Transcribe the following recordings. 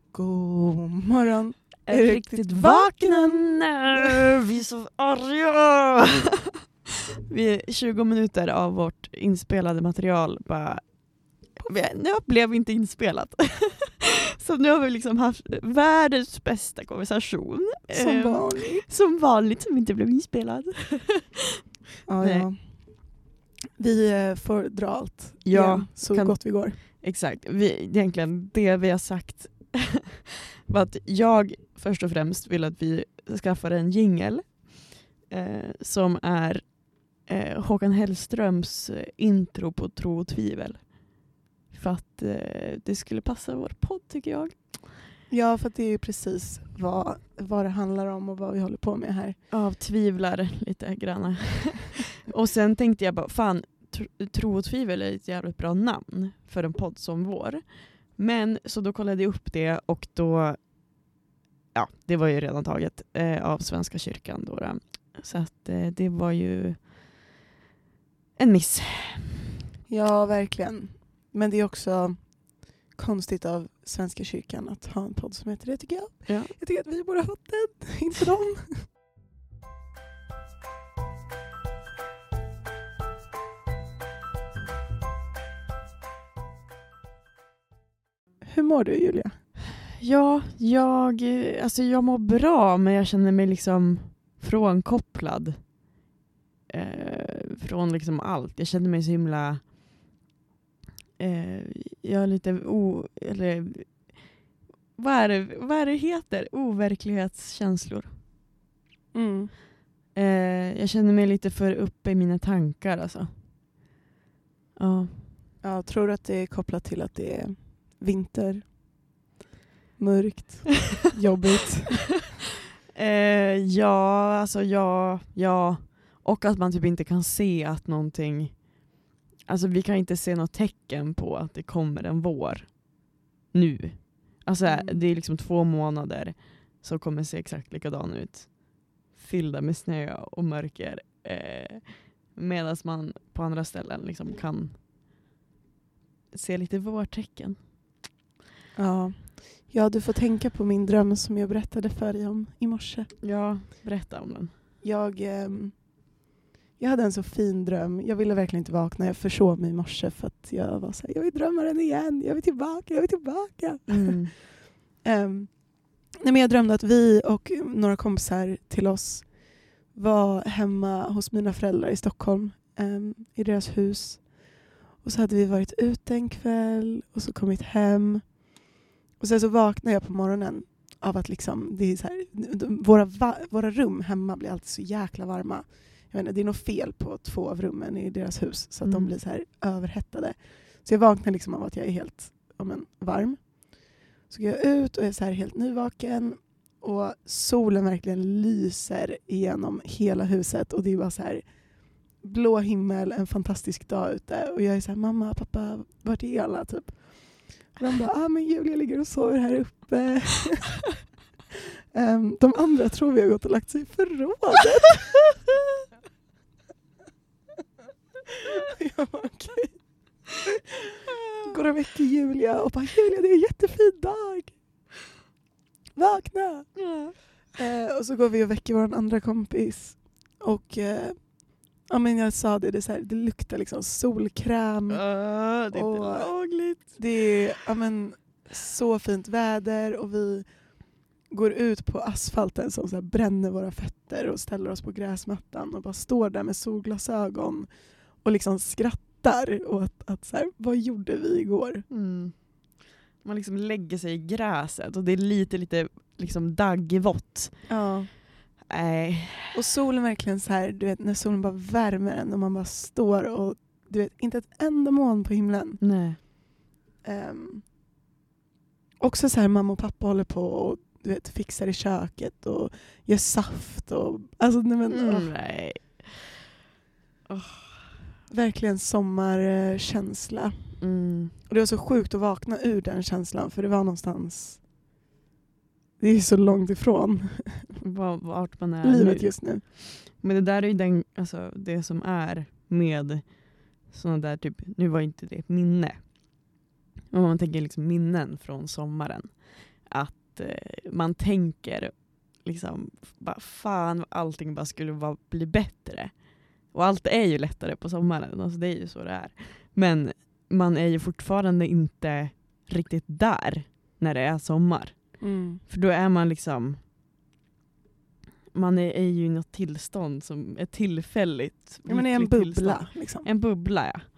God morgon. Är riktigt vakna nu. Vi är så arga. Vi är 20 minuter av vårt inspelade material nu blev inte inspelat. Så nu har vi liksom haft världens bästa konversation. Som vanligt som inte blev inspelad. Ja. Vi får dra allt igen, gott vi går. Exakt. Egentligen det vi har sagt var att jag först och främst vill att vi skaffar en jingle som är Håkan Hellströms intro på Tro och tvivel. För att det skulle passa vår podd, tycker jag. Ja, för att det är ju precis vad det handlar om och vad vi håller på med här. Ja, tvivlar lite grann. Och sen tänkte jag bara, Tro och tvivel är ett jävligt bra namn för en podd som vår. Men så då kollade jag upp det och då, ja, det var ju redan taget av Svenska kyrkan då. Så att det var ju en miss. Ja, verkligen. Men det är också konstigt av Svenska kyrkan att ha en podd som heter det, tycker jag. Ja. Jag tycker att vi borde ha fått den, inte dem. Hur mår du, Julia? Ja, jag mår bra, men jag känner mig liksom frånkopplad från liksom allt. Jag känner mig så himla jag är lite vad är det heter? Overklighetskänslor. Mm. Jag känner mig lite för uppe i mina tankar, alltså. Ja. Ja, tror du att det är kopplat till att det är vinter? Mörkt? Jobbigt? Ja. Och att man typ inte kan se att någonting... Alltså vi kan inte se något tecken på att det kommer en vår nu. Alltså det är liksom 2 månader som kommer se exakt likadan ut. Fyllda med snö och mörker. Medan man på andra ställen liksom kan se lite vårtecken. Ja, du får tänka på min dröm som jag berättade för dig om i morse. Ja, berätta om den. Jag hade en så fin dröm. Jag ville verkligen inte vakna. Jag försov mig i morse för att jag var så här, jag vill drömma den igen. Jag vill tillbaka. Mm. Men jag drömde att vi och några kompisar till oss var hemma hos mina föräldrar i Stockholm. I deras hus. Och så hade vi varit ute en kväll och så kommit hem. Och sen så vaknade jag på morgonen av att liksom, det är så här, våra rum hemma blir alltid så jäkla varma. Jag vet inte, det är nog fel på 2 av rummen i deras hus så att de blir så här överhettade. Så jag vaknar liksom av att jag är helt varm. Så går jag ut och är så här helt nyvaken och solen verkligen lyser igenom hela huset och det är bara så här blå himmel, en fantastisk dag ute och jag är så här, mamma, pappa, vart är alla typ? Och de bara, men Julia ligger och sover här uppe. De andra tror vi har gått och lagt sig i förrådet. Jag bara, okej. Går och väcker Julia och bara, Julia, det är en jättefin dag. Vakna. Och så går vi och väcker vår andra kompis. Och jag sa det är så här, det luktar liksom solkräm. Det är inte lagligt. Det är så fint väder och vi går ut på asfalten som så här bränner våra fötter och ställer oss på gräsmattan och bara står där med solglasögon och liksom skrattar och att så här, vad gjorde vi igår? Man liksom lägger sig i gräset och det är lite liksom daggvått. Ja. Nej. Och solen verkligen så här, du vet, när solen bara värmer en och man bara står och du vet, inte ett enda moln på himlen. Nej. Också så här, mamma och pappa håller på och du vet, fixar i köket och gör saft och alltså nej. Verkligen sommarkänsla. Och det var så sjukt att vakna ur den känslan för det var någonstans, det är så långt ifrån vart man är livet nu. Just nu. Men det där är ju det som är med sådana där typ, nu var inte det ett minne. Om man tänker liksom minnen från sommaren. att man tänker liksom bara, fan allting bara skulle bli bättre. Och allt är ju lättare på sommaren. Alltså det är ju så det är. Men man är ju fortfarande inte riktigt där när det är sommar. För då är man liksom... Man är ju i något tillstånd som är tillfälligt. Ja, men det är en bubbla. Liksom. En bubbla, ja.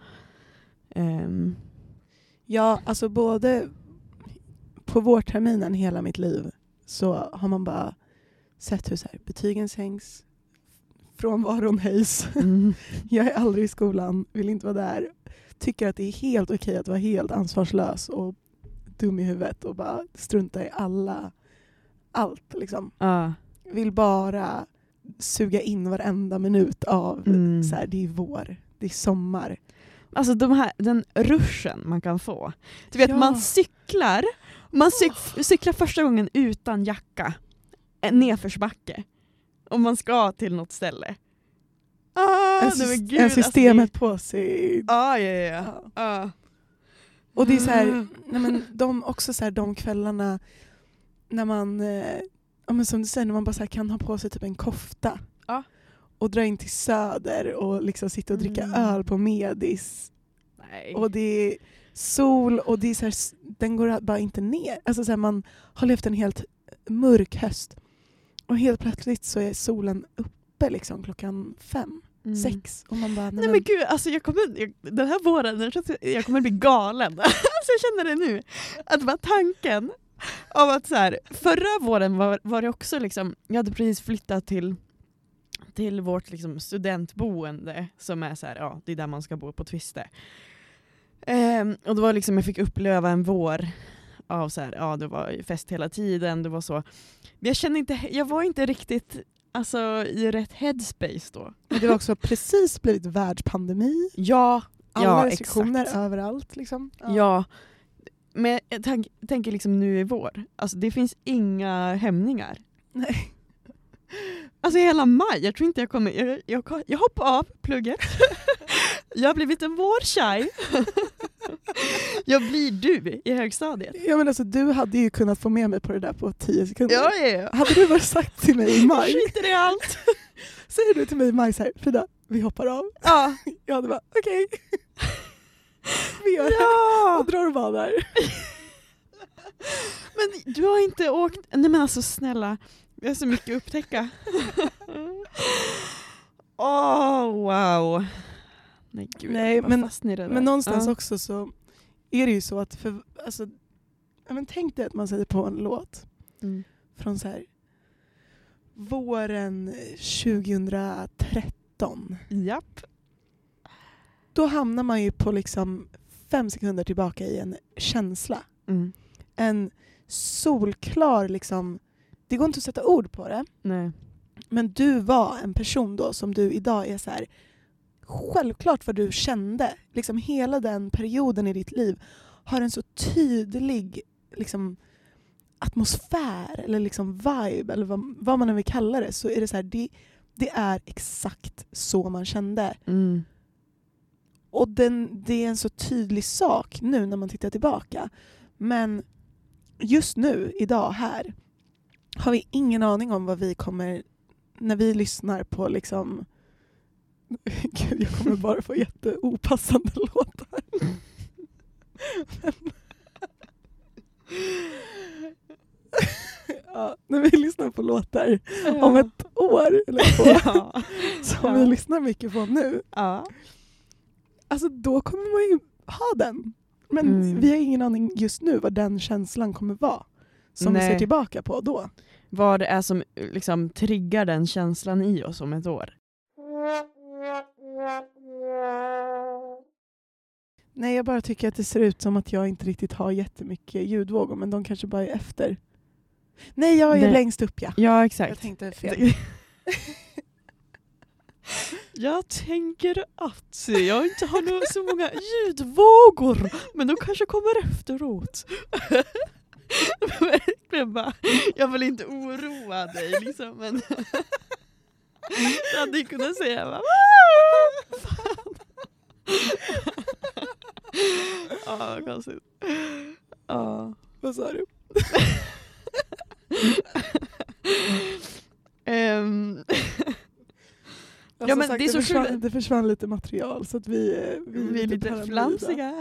Ja, alltså både på vårterminen hela mitt liv så har man bara sett hur så här, betygen sänks, frånvaron höjs. Jag är aldrig i skolan, vill inte vara där. Tycker att det är helt okej att vara helt ansvarslös och dum i huvudet och bara strunta i allt liksom. Vill bara suga in varenda minut av så här, det är vår, det är sommar. Alltså den ruschen man kan få. Du vet, man cyklar. Cyklar första gången utan jacka. En nedförsbacke. Och man ska till något ställe. En systemet på sig. Ja. Och det är så här, nej men också så här, de kvällarna när man men som du säger, när man bara så här kan ha på sig typ en kofta. Ja. Och dra in till Söder och liksom sitta och dricka öl på Medis. Nej. Och det är sol och det är så här, den går bara inte ner. Alltså så här, man har levt en helt mörk höst. Och helt plötsligt så är solen uppe liksom 5:06 och man bara nej men gud, alltså den här våren jag kommer bli galen. Alltså jag känner det nu. Att bara tanken av att så här, förra våren var det också liksom, jag hade precis flyttat till vårt liksom studentboende som är så här, ja, det är där man ska bo på Twiste. Och det var liksom, jag fick uppleva en vår av så här, ja, det var fest hela tiden, det var så. Men jag var inte riktigt alltså i rätt headspace då. Men det var också precis blivit världspandemi. Ja, alla restriktioner överallt liksom. Ja. Men jag tänker liksom nu i vår. Alltså det finns inga hämningar. Nej. Alltså hela maj, jag tror inte jag kommer... Jag hoppar av plugget. Jag har blivit en vårtjej. Jag blir du i högstadiet. Ja men alltså du hade ju kunnat få med mig på det där på 10 sekunder. Ja. Hade du bara sagt till mig i maj. Jag skiter i allt. Säger du till mig i maj så här, Frida, vi hoppar av. Ja. Jag hade bara, okej. Vi gör det. Och drar och badar. Men du har inte åkt... Nej men alltså snälla. Vi har så mycket att upptäcka. Wow. Nej gud, nej, men någonstans också så är det ju så att alltså, tänk dig att man sätter på en låt från så här våren 2013. Japp. Då hamnar man ju på liksom 5 sekunder tillbaka i en känsla. En solklar liksom, det går inte att sätta ord på det. Nej. Men du var en person då som du idag är så här, självklart vad du kände. Liksom hela den perioden i ditt liv har en så tydlig liksom atmosfär eller liksom vibe eller vad man än vill kalla det, så är det så här, det är exakt så man kände. Och det är en så tydlig sak nu när man tittar tillbaka. Men just nu, idag här, har vi ingen aning om vad vi kommer, när vi lyssnar på liksom... Gud, jag kommer bara få jätteopassande låtar. Ja, när vi lyssnar på låtar om ett år eller två, som vi lyssnar mycket på nu. Alltså då kommer man ju ha den. Men vi har ingen aning just nu vad den känslan kommer vara. Som vi ser tillbaka på då. Vad det är som liksom triggar den känslan i oss om ett år. Nej, jag bara tycker att det ser ut som att jag inte riktigt har jättemycket ljudvågor. Men de kanske bara är efter. Nej, jag är längst upp, ja. Ja, exakt. Jag tänkte fel. Jag tänker att jag inte har så många ljudvågor. Men de kanske kommer efteråt. Jag vill inte oroa dig liksom, men jag hade ju kunnat säga fan. Vad sa du? Ja, men sagt, det är så det försvann lite material så att vi är lite paranoida. flamsiga.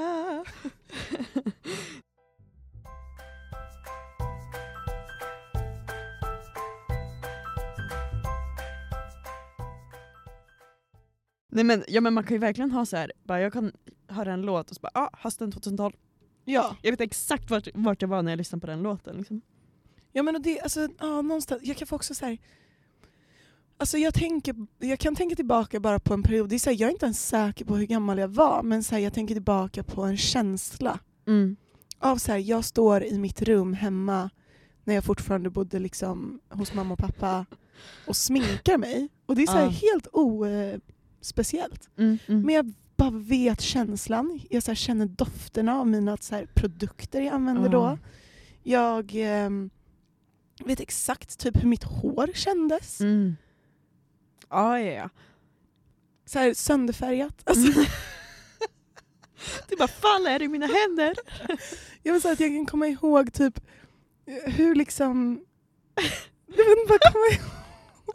Nej, men man kan ju verkligen ha så här, bara jag kan höra en låt och så bara, hösten 2012. Ja. Jag vet exakt vart jag var när jag lyssnade på den låten liksom. Ja, men och det, alltså, någonstans, jag kan få också så här, alltså jag kan tänka tillbaka bara på en period, det är så här, jag är inte ens säker på hur gammal jag var, men så här, jag tänker tillbaka på en känsla av så här, jag står i mitt rum hemma när jag fortfarande bodde liksom hos mamma och pappa och sminkar mig, och det är så här, helt speciellt. Men jag bara vet känslan, jag så här, känner dofterna av mina så här, produkter jag använder då. Jag vet exakt typ hur mitt hår kändes. Ja. Så här sönderfärgat. Alltså. Det bara faller i mina händer. Jag vill säga att jag kan komma ihåg typ hur liksom... Jag vet inte bara komma ihåg.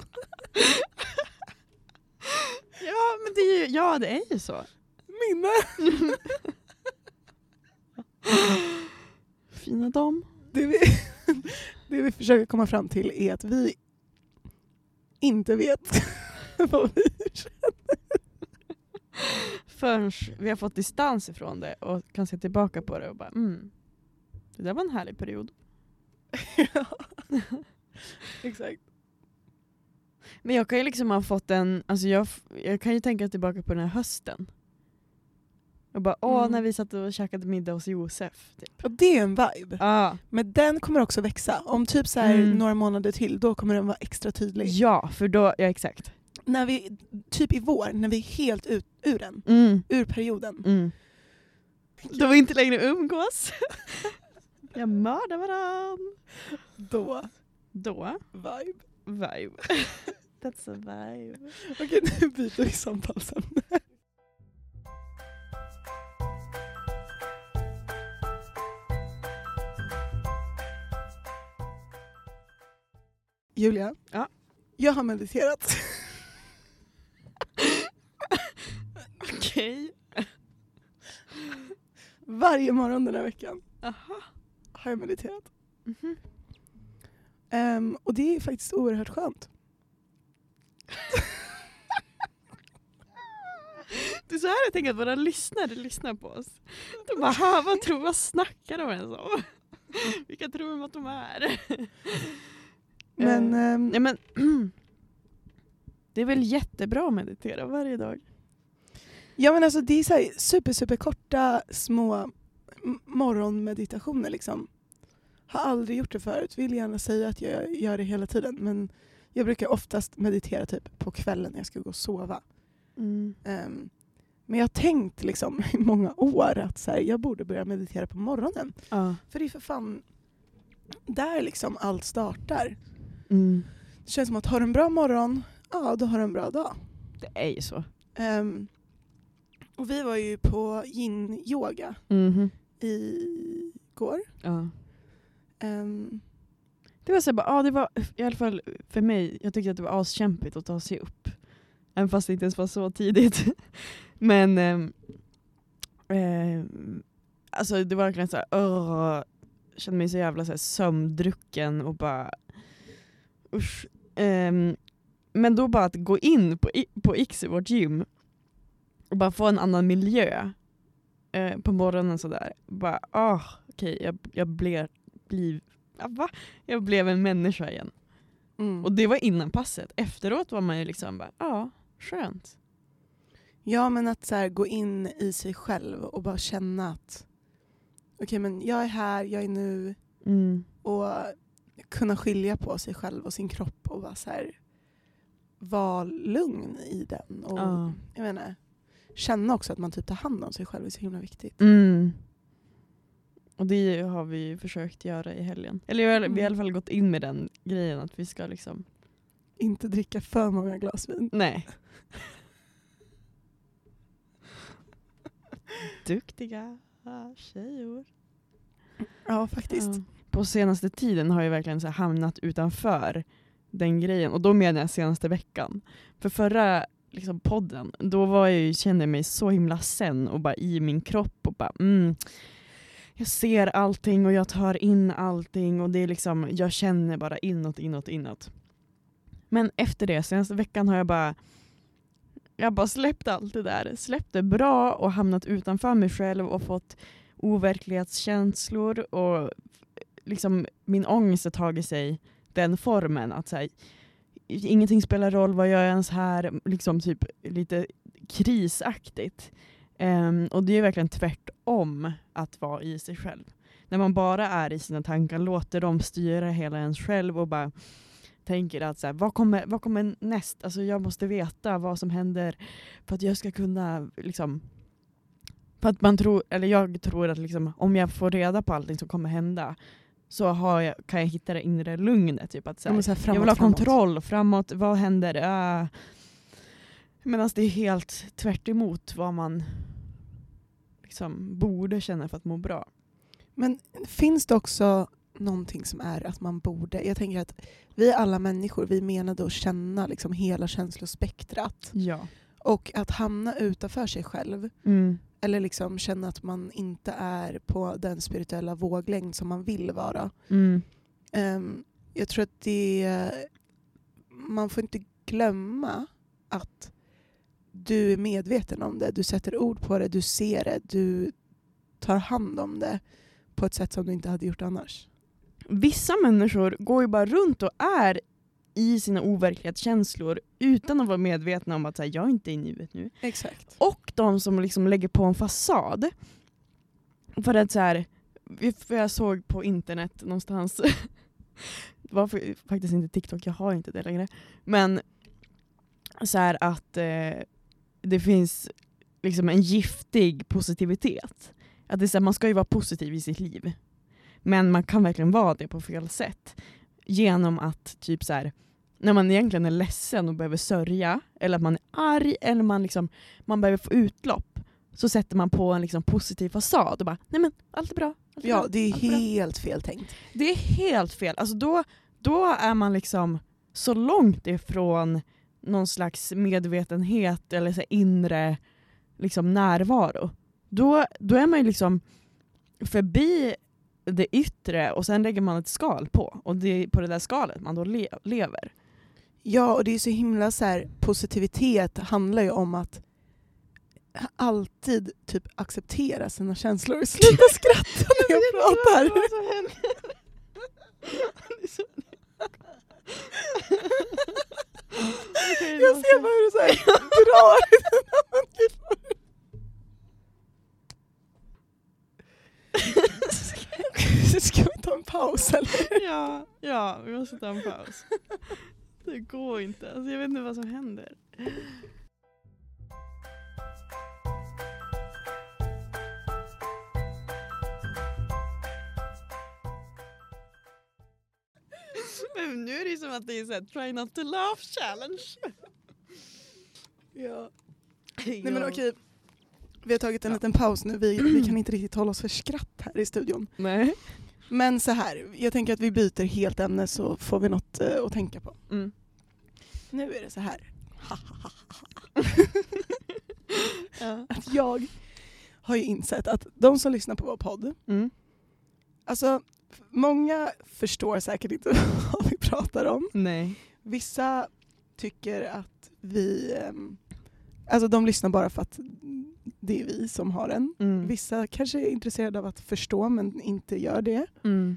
Ja, men det är ju så. Minne. Fina dam. Det vi försöker komma fram till är att vi inte vet vad vi känner. Förrän vi har fått distans ifrån det och kan se tillbaka på det och bara, det där var en härlig period. Ja, exakt. Men jag kan ju liksom ha fått alltså jag kan ju tänka tillbaka på den här hösten. Och bara, när vi satt och käkade middag hos Josef. Typ. Och det är en vibe. Men den kommer också växa. Om typ så här några månader till, då kommer den vara extra tydlig. Ja, för då, ja exakt. När vi, typ i vår, när vi är helt ur den. Ur perioden. Då vi inte längre umgås. Jag mördar varann. Då. Vibe. That's a vibe. Okej, nu byter vi samtalsämne. Julia, jag har mediterat. Okej. Varje morgon den här veckan har jag mediterat. Och det är faktiskt oerhört skönt. Det är så här jag tänker att våra lyssnare lyssnar på oss. De bara, vad snackar de ens om? Vilka tror de att de är? Men det är väl jättebra att meditera varje dag. Ja, men alltså det är så här super korta små morgonmeditationer liksom. Har aldrig gjort det förut. Vill gärna säga att jag gör det hela tiden, men jag brukar oftast meditera typ på kvällen när jag ska gå och sova. Men jag har tänkt liksom i många år att så här, jag borde börja meditera på morgonen. För det är för fan där liksom allt startar. Det känns som att har du en bra morgon, då har du en bra dag. Det är ju så. Och vi var ju på yin-yoga igår. Det var så bara, det var i alla fall för mig, jag tyckte att det var askämpigt att ta sig upp. Även fast det inte ens var så tidigt. Men alltså det var verkligen så här, kände mig så jävla så här sömndrucken och bara usch. Men då bara att gå in på X i vårt gym och bara få en annan miljö på morgonen så där. Bara okej, jag blev en människa igen. Och det var innan passet. Efteråt var man ju liksom bara, skönt. Ja, men att så här, gå in i sig själv och bara känna att okej, men jag är här, jag är nu. Och kunna skilja på sig själv och sin kropp och bara så här, vara lugn i den. Och jag menar, känna också att man typ tar hand om sig själv är så himla viktigt. Och det har vi försökt göra i helgen. Eller vi har i alla fall gått in med den grejen att vi ska liksom inte dricka för många glas vin. Nej. Duktiga tjejor. Ja, faktiskt. på senaste tiden har jag verkligen så här hamnat utanför den grejen. Och då menar jag senaste veckan. För förra liksom, podden, då var kände mig så himla sen och bara i min kropp och bara jag ser allting och jag tar in allting och det är liksom, jag känner bara inåt. Men efter det, senaste veckan har jag bara släppt allt det där. Släppt det bra och hamnat utanför mig själv och fått overklighetskänslor och liksom min ångest har tagit sig den formen att så här, ingenting spelar roll, vad jag är ens här, liksom typ lite krisaktigt. Och det är verkligen tvärtom att vara i sig själv. När man bara är i sina tankar, låter dem styra hela ens själv och bara tänker att så här, vad kommer näst? Alltså jag måste veta vad som händer för att jag ska kunna liksom, för att jag tror att liksom, om jag får reda på allting som kommer hända så kan jag hitta det inre lugnet typ att så här, jag vill ha kontroll framåt, vad händer? Medan det är helt tvärt emot vad man liksom borde känna för att må bra. Men finns det också någonting som är att man borde, jag tänker att vi alla människor, vi menade att känna liksom hela känslospektrat. Ja. Och att hamna utanför sig själv eller liksom känna att man inte är på den spirituella våglängd som man vill vara. Jag tror att man får inte glömma att du är medveten om det, du sätter ord på det, du ser det, du tar hand om det på ett sätt som du inte hade gjort annars. Vissa människor går ju bara runt och är i sina overklighetskänslor utan att vara medvetna om att så här, jag är inte i nuet nu. Exakt. Och de som liksom lägger på en fasad. För att så här, jag såg på internet någonstans, det var faktiskt inte TikTok, jag har inte det längre. Men så här att det finns liksom en giftig positivitet. Att det är så här, man ska ju vara positiv i sitt liv. Men man kan verkligen vara det på fel sätt. Genom att typ så här, när man egentligen är ledsen och behöver sörja, eller att man är arg, eller man behöver få utlopp, så sätter man på en liksom positiv fasad och bara, nej men allt är bra. Ja, det är helt fel tänkt. Det är helt fel. Alltså då är man liksom så långt ifrån någon slags medvetenhet eller så här, inre liksom närvaro. Då är man ju liksom förbi det yttre och sen lägger man ett skal på. Och det är på det där skalet man då lever. Ja, och det är så himla så här, positivitet handlar ju om att alltid typ acceptera sina känslor. Sluta skratta när jag pratar. Jag ser bara hur du så här drar i den Ska vi ta en paus eller? Ja, vi måste ta en paus. Det går inte. Alltså, jag vet inte vad som händer. Men nu är det som att det är så här, try not to laugh challenge. Ja. Nej men okej. Vi har tagit en liten paus nu. Vi kan inte riktigt hålla oss för skratt här i studion. Nej. Men så här, jag tänker att vi byter helt ämne så får vi något att tänka på. Nu är det så här. Att jag har ju insett att de som lyssnar på vår podd, alltså många förstår säkert inte vad vi pratar om. Nej. Vissa tycker att vi, alltså de lyssnar bara för att det är vi som har den. Vissa kanske är intresserade av att förstå men inte gör det.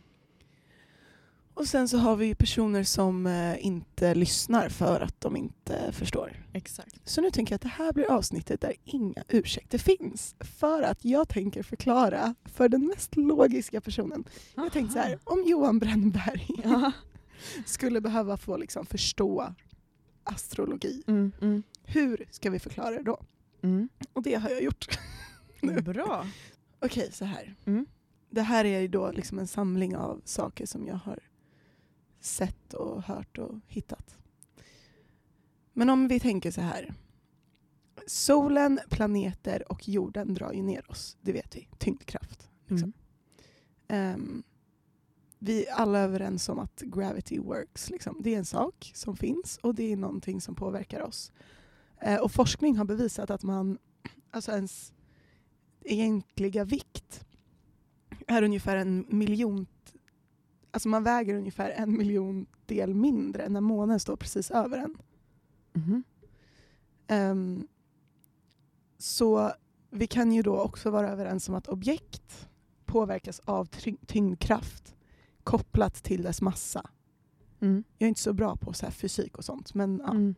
Och sen så har vi personer som inte lyssnar för att de inte förstår. Exakt. Så nu tänker jag att det här blir avsnittet där inga ursäkter finns. För att jag tänker förklara för den mest logiska personen. Aha. Jag tänkte så här, om Johan Brännberg skulle behöva få liksom förstå astrologi. Hur ska vi förklara det då? Och det har jag gjort. Bra. Okej, så här. Det här är ju då liksom en samling av saker som jag har sett och hört och hittat. Men om vi tänker så här. Solen, planeter och jorden drar ju ner oss. Det vet vi. Tyngdkraft. Liksom. vi är alla överens om att gravity works. Liksom. Det är en sak som finns och det är någonting som påverkar oss. Och forskning har bevisat att alltså ens egentliga vikt är ungefär 1 miljon. Alltså man väger ungefär 1 miljon del mindre när månen står precis över en. Så vi kan ju då också vara överens om att objekt påverkas av tyngdkraft kopplat till dess massa. Jag är inte så bra på så här fysik och sånt. Men ja.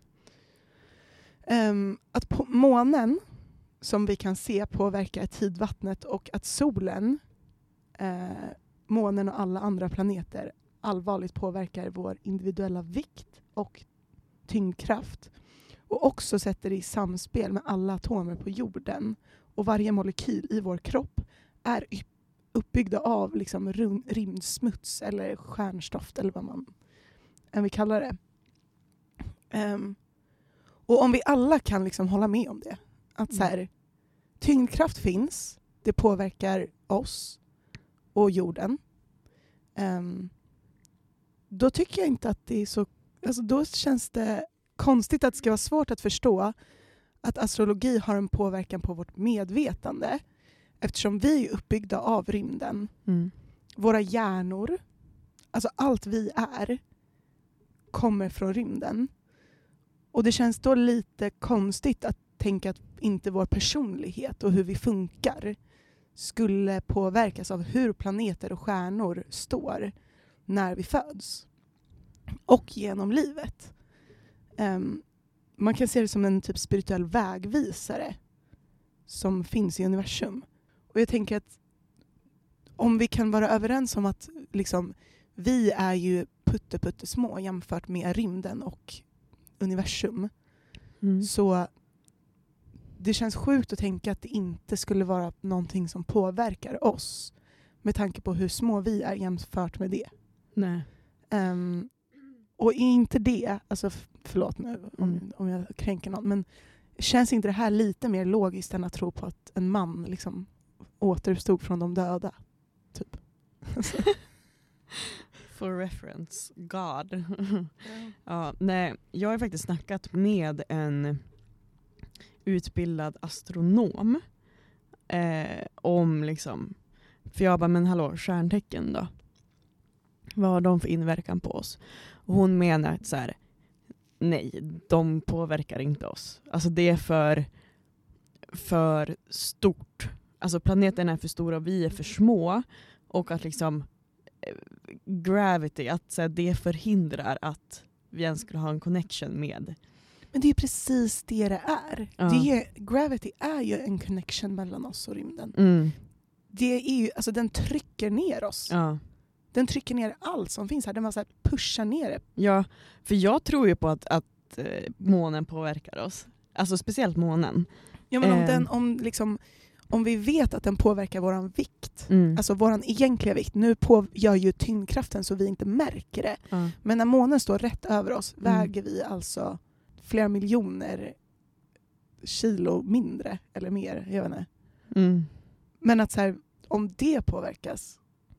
Att på månen, som vi kan se, påverkar tidvattnet och att solen, månen och alla andra planeter allvarligt påverkar vår individuella vikt och tyngdkraft. Och också sätter det i samspel med alla atomer på jorden. Och varje molekyl i vår kropp är uppbyggda av liksom rymdsmuts eller stjärnstoft eller vad man än vill kalla det. Och om vi alla kan liksom hålla med om det. Att så här, tyngdkraft finns. Det påverkar oss och jorden. Då tycker jag inte att det är så... Alltså då känns det konstigt att det ska vara svårt att förstå att astrologi har en påverkan på vårt medvetande. Eftersom vi är uppbyggda av rymden. Våra hjärnor, alltså allt vi är, kommer från rymden. Och det känns då lite konstigt att tänka att inte vår personlighet och hur vi funkar skulle påverkas av hur planeter och stjärnor står när vi föds. Och genom livet. Man kan se det som en typ spirituell vägvisare som finns i universum. Och jag tänker att om vi kan vara överens om att liksom, vi är ju puttesmå jämfört med rymden och universum. Så det känns sjukt att tänka att det inte skulle vara någonting som påverkar oss med tanke på hur små vi är jämfört med det. Nej. Och inte det, alltså förlåt nu om jag kränker någon, men känns inte det här lite mer logiskt än att tro på att en man liksom återuppstod från de döda? Typ. For reference, God. Ja, nej, jag har faktiskt snackat med en utbildad astronom om liksom, för jag bara, men hallå, stjärntecken då? Vad har de för inverkan på oss? Och hon menar att så här, nej, de påverkar inte oss. Alltså det är för stort. Alltså planeten är för stora och vi är för små. Och att liksom gravity, att så här, det förhindrar att vi ens skulle ha en connection med. Men det är precis det är. Ja. Gravity är ju en connection mellan oss och rymden. Det är ju, alltså den trycker ner oss. Ja. Den trycker ner allt som finns här. Den bara så här pushar ner det. Ja, för jag tror ju på att månen påverkar oss. Alltså speciellt månen. Ja, men om vi vet att den påverkar våran vikt, alltså våran egentliga vikt, nu gör ju tyngdkraften så vi inte märker det. Men när månen står rätt över oss väger vi alltså flera miljoner kilo mindre eller mer, jag vet inte. Men att så här, om det påverkas,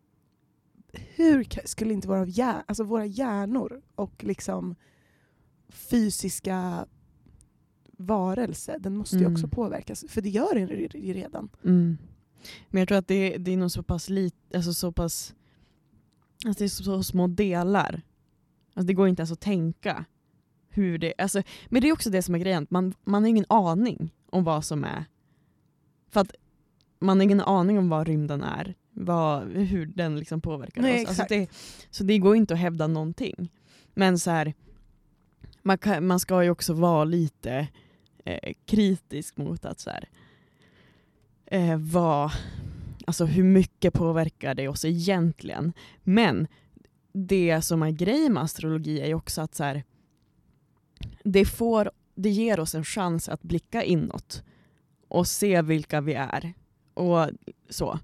hur skulle inte våra hjärnor och liksom fysiska varelse, den måste ju också påverkas, för det gör den ju redan. Men jag tror att det är nog så pass alltså det är så små delar. Alltså det går inte ens att tänka hur det, alltså, men det är också det som är grejen, man har ingen aning om vad som är, för att man har ingen aning om vad rymden är, hur den liksom påverkar oss. Alltså så det går inte att hävda någonting. Men så här, man ska ju också vara lite kritisk mot att så här, alltså hur mycket påverkar det oss egentligen. Men det som är grejen med astrologi är ju också att så här, det ger oss en chans att blicka inåt och se vilka vi är och så.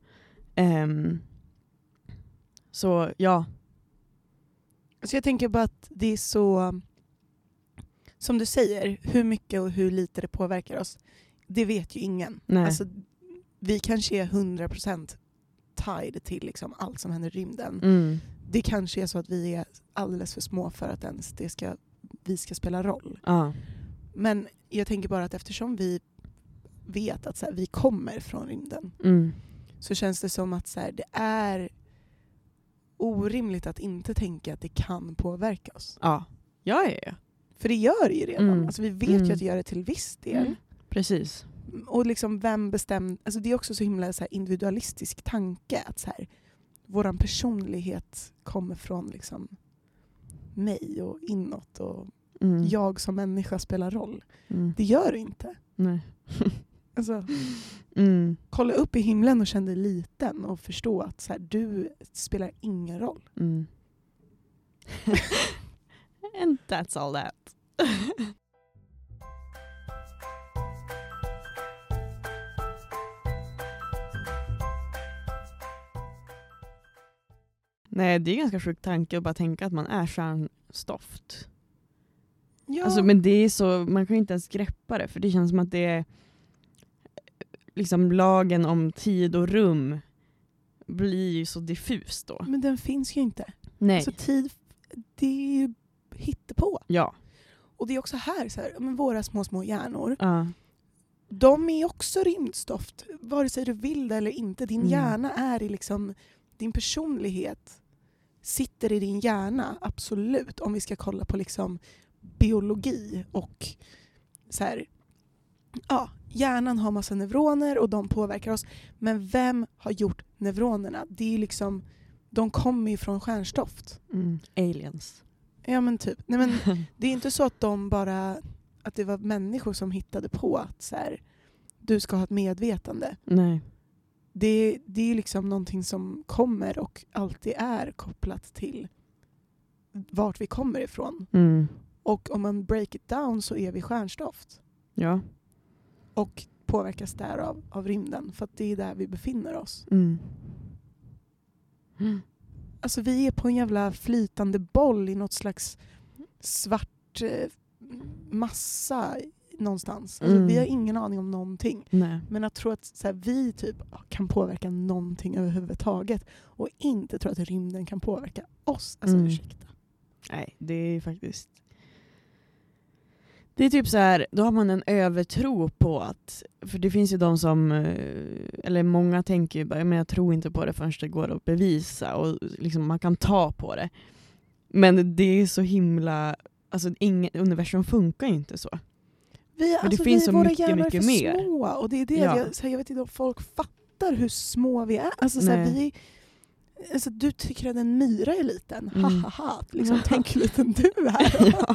Så ja. Så jag tänker bara att det är så, som du säger, hur mycket och hur lite det påverkar oss, det vet ju ingen. Alltså, vi kanske är 100% tied till liksom allt som händer i rymden. det kanske är så att vi är alldeles för små för att ens vi ska spela roll. Ja. Men jag tänker bara att eftersom vi vet att så här, vi kommer från rymden, så känns det som att så här, det är orimligt att inte tänka att det kan påverka oss. Ja. Ja. För det gör det ju redan. Alltså vi vet ju att det gör det till viss del. Precis. Och liksom vem bestämmer... Alltså det är också så himla så här individualistisk tanke att så här, våran personlighet kommer från liksom mig och inåt och jag som människa spelar roll. Det gör det inte. Nej. Alltså, kolla upp i himlen och känn dig liten och förstå att så här, du spelar ingen roll. And that's all that. Nej, det är ganska sjukt tanke att bara tänka att man är stjärnstoft. Ja. Alltså, men det är så, man kan ju inte ens greppa det, för det känns som att det är liksom lagen om tid och rum blir ju så diffus då. Men den finns ju inte. Nej. Så tid, det är ju hittepå. Ja. Och det är också här, så här, men våra små hjärnor, Ja. de är också rymdstoft. Vare sig du vill det eller inte. Din hjärna är i liksom, din personlighet sitter i din hjärna, absolut. Om vi ska kolla på liksom biologi och så här, ja, hjärnan har massa neuroner och de påverkar oss. Men vem har gjort neuronerna? Det är liksom, de kommer ju från stjärnstoft. Aliens. Ja men typ. Nej, men det är inte så att de bara, att det var människor som hittade på att så här, du ska ha ett medvetande. Nej. Det är liksom någonting som kommer och alltid är kopplat till vart vi kommer ifrån. Och om man break it down så är vi stjärnstoft. Ja. Och påverkas därav av rymden. För att det är där vi befinner oss. Alltså vi är på en jävla flytande boll i något slags svart massa någonstans. Alltså, vi har ingen aning om någonting. Nej. Men att tro att så här, vi typ kan påverka någonting överhuvudtaget och inte tro att rymden kan påverka oss. Alltså ursäkta. Nej, det är faktiskt... Det är typ så här, då har man en övertro på att... För det finns ju de som... Eller många tänker ju bara, men jag tror inte på det förrän det går att bevisa. Och liksom man kan ta på det. Men det är så himla... Alltså universum funkar ju inte så. Det finns så mycket mer. Små, och det är det jag vet inte om folk fattar hur små vi är. Alltså, så här, alltså du tycker att en myra är liten. Hahaha. Liksom, tänk hur liten du är.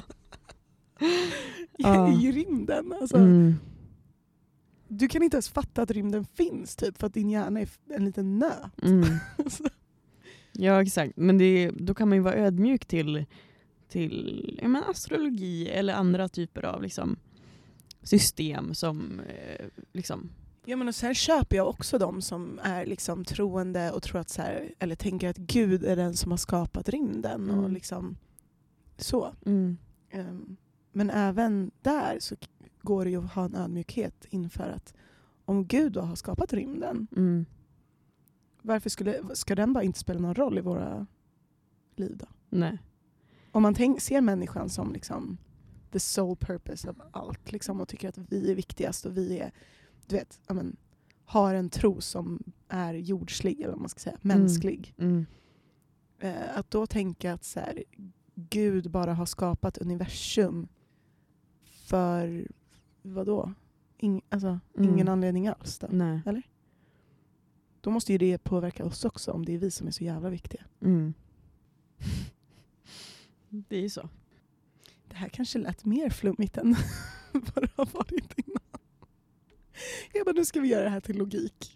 I rymden. Alltså, du kan inte ens fatta att rymden finns typ, för att din hjärna är en liten nöt. Ja, exakt. Men då kan man ju vara ödmjuk till astrologi eller andra typer av liksom, system som liksom... Ja, men och sen köper jag också de som är liksom troende och tror att så här, eller tänker att Gud är den som har skapat rymden och liksom så. Men även där så går det ju att ha en ödmjukhet inför att om Gud då har skapat rymden, varför ska den bara inte spela någon roll i våra liv då? Nej. Om man ser människan som liksom the sole purpose av allt liksom, och tycker att vi är viktigast och vi är, du vet, har en tro som är jordslig eller vad man ska säga, mänsklig. Att då tänka att så här, Gud bara har skapat universum för vadå? Ingen anledning alls då. Nej. Eller? Då måste ju det påverka oss också om det är vi som är så jävla viktiga. Det är ju så. Det här kanske lät mer flummigt än vad det har varit innan. Jag bara, nu ska vi göra det här till logik.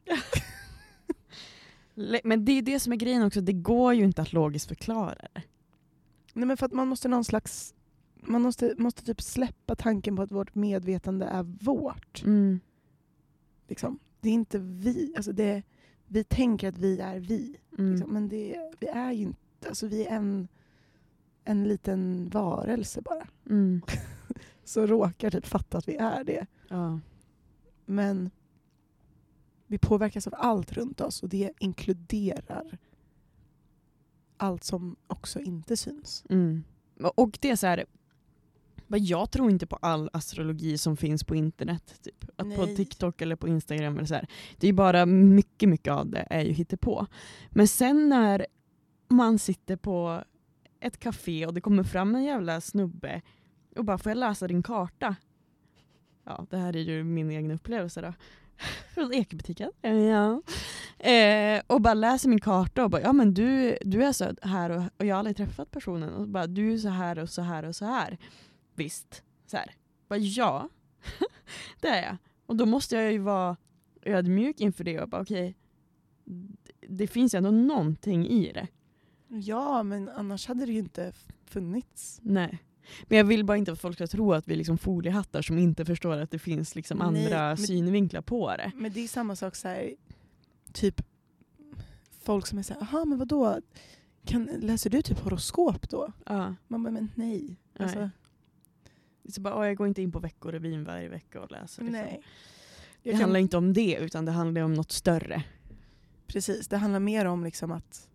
Men det är det som är grejen också. Det går ju inte att logiskt förklara det. Nej, men för att man måste man måste typ släppa tanken på att vårt medvetande är vårt. Liksom. Det är inte vi. Alltså vi tänker att vi är vi. Liksom. Men vi är ju inte. Alltså vi är en liten varelse bara. Så råkar typ fatta att vi är det. Ja. Men vi påverkas av allt runt oss och det inkluderar allt som också inte syns. Och det är så här, jag tror inte på all astrologi som finns på internet. Typ. Att på TikTok eller på Instagram. Eller så här. Det är bara mycket av det är ju hittepå. Men sen när man sitter på ett café och det kommer fram en jävla snubbe och bara, får jag läsa din karta? Ja, det här är ju min egen upplevelse då. Från Ekebutiken. Ja. Och bara läser min karta och bara, ja men du är så här och jag har aldrig träffat personen. Och bara, du är så här och så här och så här. Visst. Så här. Bara, ja. Det är jag. Och då måste jag ju vara ödmjuk inför det och bara, okej, det finns ju ändå någonting i det. Ja, men annars hade det ju inte funnits. Nej. Men jag vill bara inte att folk ska tro att vi är liksom foliehattar som inte förstår att det finns liksom andra synvinklar på det. Men det är samma sak så här, typ folk som är så här, aha, men vadå? Läser du typ horoskop då? Ja. Man bara, men nej. Alltså, så bara, jag går inte in på Veckorevyn varje vecka och läser. Liksom. Nej. Det handlar inte om det, utan det handlar om något större. Precis, det handlar mer om liksom att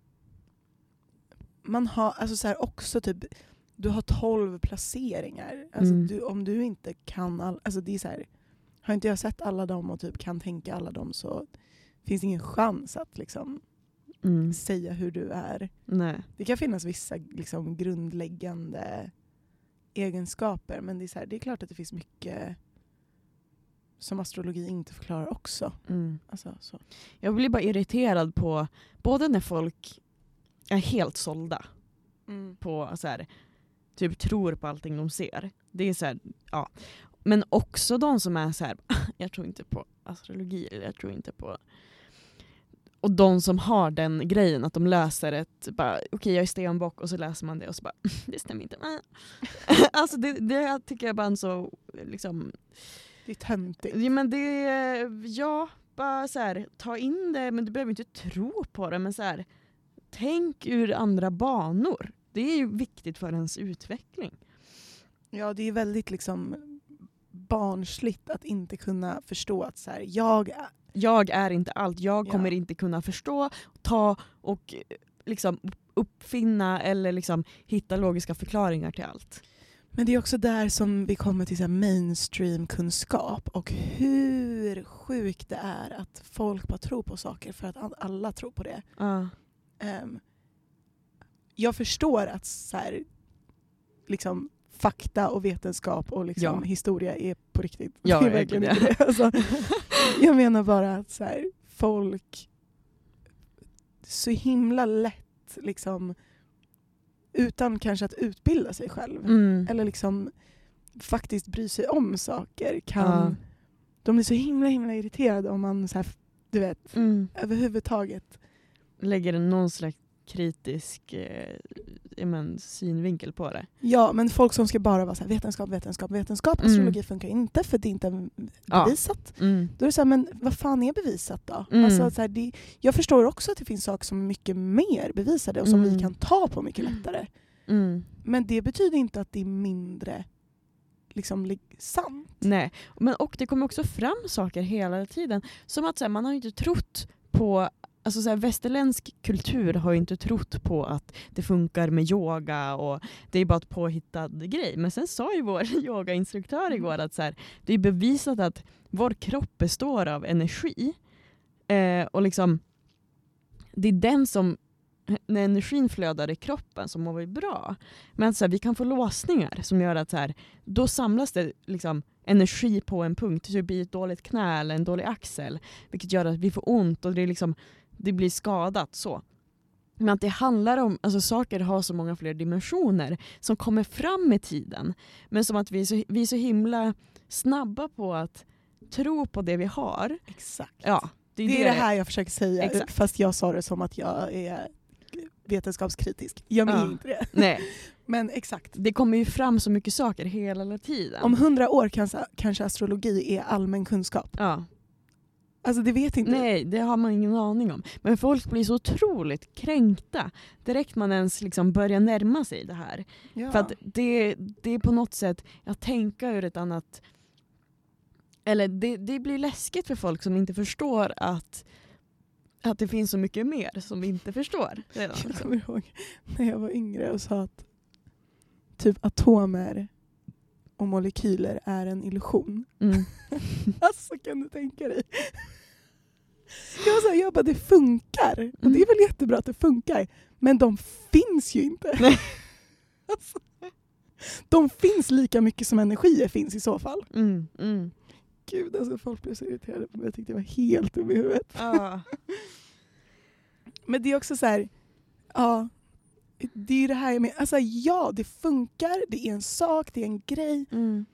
man har, alltså så här, också typ, du har 12 placeringar. Alltså om du inte kan alltså det är så här, har inte jag sett alla dem och typ kan tänka alla dem, så finns det ingen chans att liksom säga hur du är. Nej. Det kan finnas vissa liksom grundläggande egenskaper, men det är så här, det är klart att det finns mycket som astrologi inte förklarar också. Alltså, så. Jag blir bara irriterad på både när folk är helt sålda på så här, typ tror på allting de ser. Det är så här, ja. Men också de som är så här, jag tror inte på astrologi, eller jag tror inte på. Och de som har den grejen att de läser ett, bara, okej, jag är stenbock, och så läser man det och så bara, det stämmer inte. Alltså det tycker jag bara är så liksom, det är töntigt. Ja, men det, ja, bara så här, ta in det, men du behöver inte tro på det, men så här, tänk ur andra banor. Det är ju viktigt för ens utveckling. Ja, det är väldigt liksom barnsligt att inte kunna förstå att så här, jag är inte allt. Jag kommer inte kunna förstå, ta och liksom uppfinna eller liksom hitta logiska förklaringar till allt. Men det är också där som vi kommer till så här mainstream-kunskap och hur sjukt det är att folk bara tror på saker för att alla tror på det. Jag förstår att så här, liksom, fakta och vetenskap och liksom historia är på riktigt. Ja, det är verkligen inte det. Alltså, jag menar bara att så här, folk så himla lätt liksom, utan kanske att utbilda sig själv eller liksom faktiskt bry sig om saker, kan de blir så himla irriterade om man så här, du vet, överhuvudtaget lägger någon slags kritisk synvinkel på det. Ja, men folk som ska bara vara så här, vetenskap, astrologi funkar inte för det är inte bevisat. Då är det så här, men vad fan är bevisat då? Alltså, så här, jag förstår också att det finns saker som är mycket mer bevisade och som vi kan ta på mycket lättare. Men det betyder inte att det är mindre liksom sant. Nej, men och det kommer också fram saker hela tiden som att så här, man har inte trott på. Alltså så här, västerländsk kultur har ju inte trott på att det funkar med yoga och det är bara ett påhittad grej. Men sen sa ju vår yogainstruktör igår att så här, det är bevisat att vår kropp består av energi. Och liksom, det är den som, när energin flödar i kroppen, så mår vi bra. Men så här, vi kan få låsningar som gör att så här, då samlas det liksom energi på en punkt. Så det blir ett dåligt knä eller en dålig axel. Vilket gör att vi får ont och det är liksom, det blir skadat så. Men att det handlar om, alltså saker har så många fler dimensioner som kommer fram med tiden. Men som att vi är så himla snabba på att tro på det vi har. Exakt. Ja, det är det här jag försöker säga. Exakt. Fast jag sa det som att jag är vetenskapskritisk. Jag är inte det. Nej. Men exakt. Det kommer ju fram så mycket saker hela tiden. Om 100 år kanske astrologi är allmän kunskap. Ja. Alltså det vet inte. Nej, det har man ingen aning om. Men folk blir så otroligt kränkta direkt man ens liksom börjar närma sig det här. Ja. För att det är på något sätt att tänka ur ett annat. Eller det blir läskigt för folk som inte förstår att Att det finns så mycket mer som vi inte förstår. Redan. Jag kommer ihåg när jag var yngre och sa att typ atomer och molekyler är en illusion. Mm. Alltså kan du tänka dig? Jag bara, det funkar. Och det är väl jättebra att det funkar. Men de finns ju inte. Alltså, de finns lika mycket som energier finns i så fall. Gud, alltså folk blev så irriterade på mig. Jag tyckte det var helt dum i huvudet. Men det är också så här, ja, det är ju det här med, alltså ja, det funkar, det är en sak, det är en grej.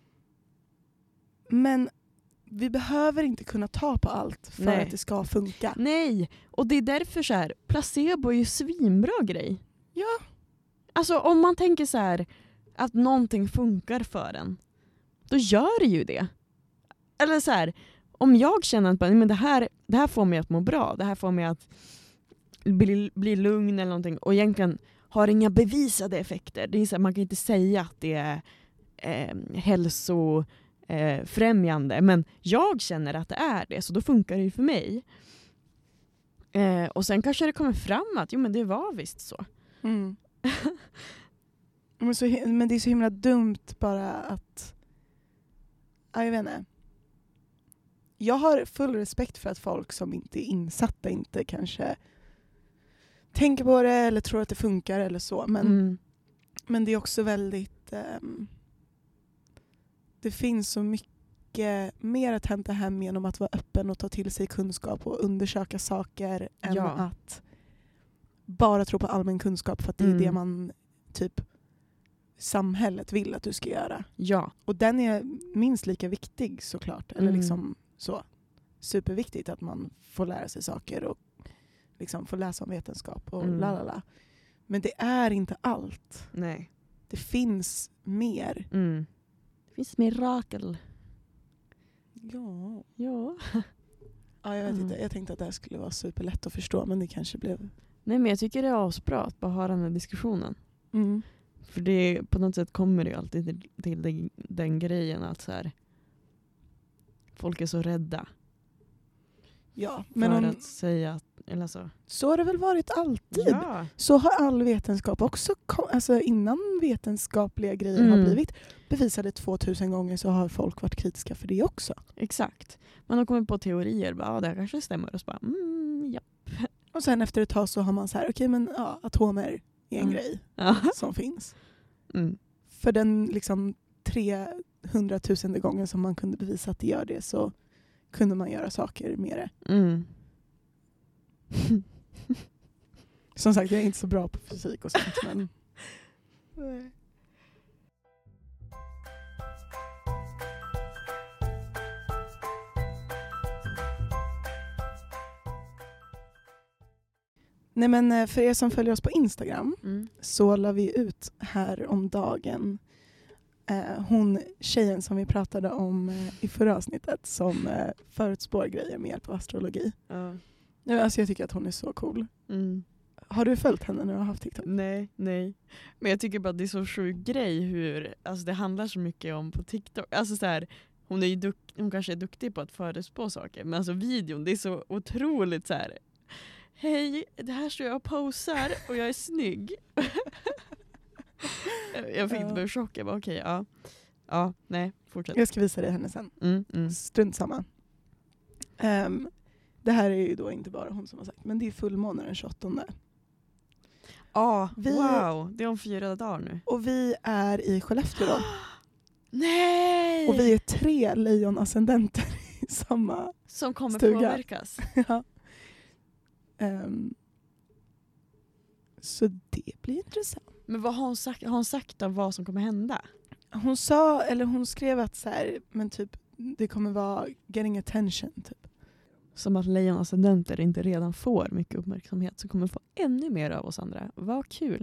Men vi behöver inte kunna ta på allt för att det ska funka. Nej, och det är därför så här, placebo är ju svinbra grej. Ja. Alltså om man tänker så här att någonting funkar för en, då gör det ju det. Eller så här, om jag känner att men det här får mig att må bra, det här får mig att bli lugn eller någonting, och egentligen har inga bevisade effekter. Det är så här, man kan inte säga att det är hälsofrämjande, men jag känner att det är det, så då funkar det ju för mig. Och sen kanske det kommer fram att men det var visst så. Men det är så himla dumt bara att, jag vet inte. Jag har full respekt för att folk som inte är insatta inte kanske tänker på det eller tror att det funkar eller så. Men det är också väldigt, det finns så mycket mer att hämta hem genom att vara öppen och ta till sig kunskap och undersöka saker än att bara tro på allmän kunskap för att det är det man typ samhället vill att du ska göra. Ja. Och den är minst lika viktig såklart. Eller liksom så superviktigt att man får lära sig saker och liksom får läsa om vetenskap och lalala. Men det är inte allt. Nej. Det finns mer. Det finns mirakel. Ja. Ja, jag vet inte. Jag tänkte att det här skulle vara superlätt att förstå, men det kanske blev... Nej, men jag tycker det är asbra att bara ha den här diskussionen. För det på något sätt kommer det alltid till den grejen att så här, folk är så rädda. Ja, men för att säga att, eller så har det väl varit alltid. Ja. Så har all vetenskap också, alltså innan vetenskapliga grejer har blivit bevisade 2000 gånger, så har folk varit kritiska för det också. Exakt. Man har kommit på teorier, det här kanske stämmer, och så bara, ja. Och sen efter ett tag så har man så här, okej, men atomer är en grej som finns. För den liksom 300 000 gången som man kunde bevisa att det gör det, så kunde man göra saker med det. Som sagt, jag är inte så bra på fysik och sånt, men... Nej, men för er som följer oss på Instagram så la vi ut här om dagen hon tjejen som vi pratade om i förra avsnittet som förutspår grejer med hjälp av astrologi. Alltså jag tycker att hon är så cool. Har du följt henne när du har haft TikTok? Nej. Men jag tycker bara att det är så sjuk grej hur, alltså det handlar så mycket om på TikTok. Alltså så här, hon kanske är duktig på att förutspå saker, men alltså videon, det är så otroligt så här. Hej, det här står jag och posar och jag är snygg. Jag fick inte bli chock. Jag bara okej, ja, nej, fortsätt. Jag ska visa dig henne sen. Strunt samma. Det här är ju då inte bara hon som har sagt, men det är fullmåne den 28. Wow, det är om 4 dagar nu. Och vi är i Skellefteå då. Nej! Och vi är 3 lejonascendenter i samma som kommer stuga. Påverkas. Ja. Så det blir intressant. Men vad har hon sagt om vad som kommer hända? Hon skrev att så här, men typ det kommer vara getting attention typ. Som att lejonascendenter inte redan får mycket uppmärksamhet, så kommer få ännu mer av oss andra. Vad kul.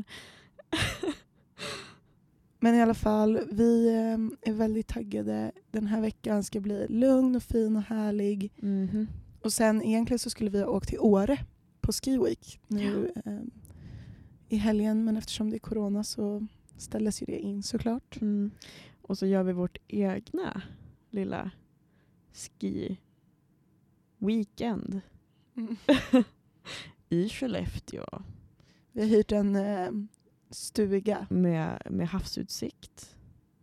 Men i alla fall, vi är väldigt taggade. Den här veckan ska bli lugn och fin och härlig. Och sen egentligen så skulle vi ha åkt till Åre på Ski Week nu i helgen, men eftersom det är corona så ställdes ju det in såklart. Och så gör vi vårt egna lilla ski weekend. I Skellefteå. Vi har hyrt en stuga. Med havsutsikt.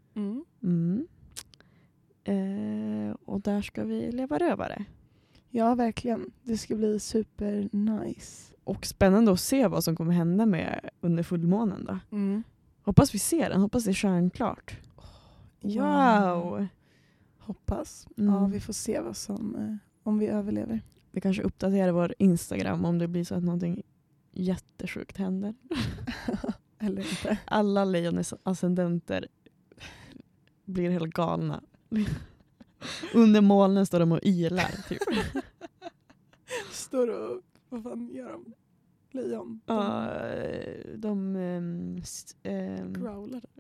Och där ska vi leva rövare. Ja, verkligen. Det ska bli super nice. Och spännande att se vad som kommer hända med under fullmånen då. Hoppas vi ser den. Hoppas det är stjärnklart. Wow! Hoppas. Ja, vi får se vad som, om vi överlever. Vi kanske uppdaterar vår Instagram om det blir så att någonting jättesjukt händer. Eller inte. Alla lejonets ascendenter blir helt galna. Under molnen står de och ylar. Typ. Står och... Vad fan gör de? Lejon? De growlar.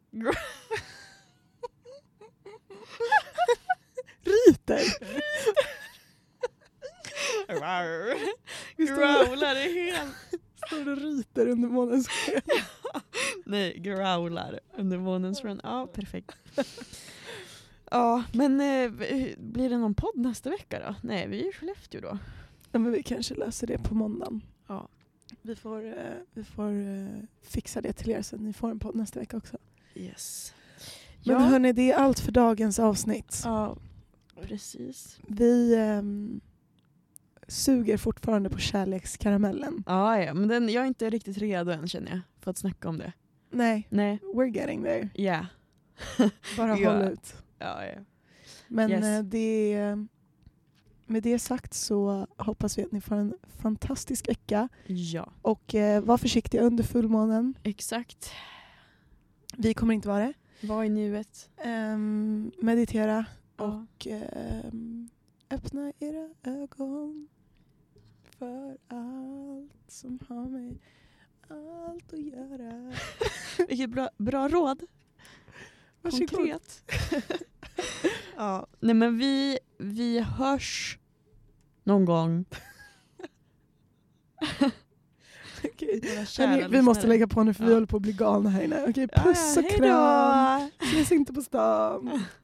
Ryter. Growlar är helt... Står och ryter under månens sken. Nej, growlar under månens sken. Ja, perfekt. Ja, men blir det någon podd nästa vecka då? Nej, vi är i Skellefteå då. Ja, men vi kanske löser det på måndagen. Ja. Vi får fixa det till er så att ni får en podd nästa vecka också. Yes. Men hörni, det är allt för dagens avsnitt. Ja, precis. Vi suger fortfarande på kärlekskaramellen. Ja, men jag är inte riktigt redo än, känner jag, för att snacka om det. Nej. Nej. We're getting there. Yeah. Bara håll ut. Ja. Men yes. Med det sagt så hoppas vi att ni får en fantastisk vecka. Ja. Och var försiktiga under fullmånen. Exakt. Vi kommer inte vara det. Var i nuet. Meditera. Och öppna era ögon för allt som har med allt att göra. Vilket bra råd. Varsågod. Konkret. Ja. Nej, men vi hörs någon gång. Okej. Hörrni, vi måste lägga på nu för vi håller på att bli galna här inne. Okej, puss och kram. Ses inte på stan.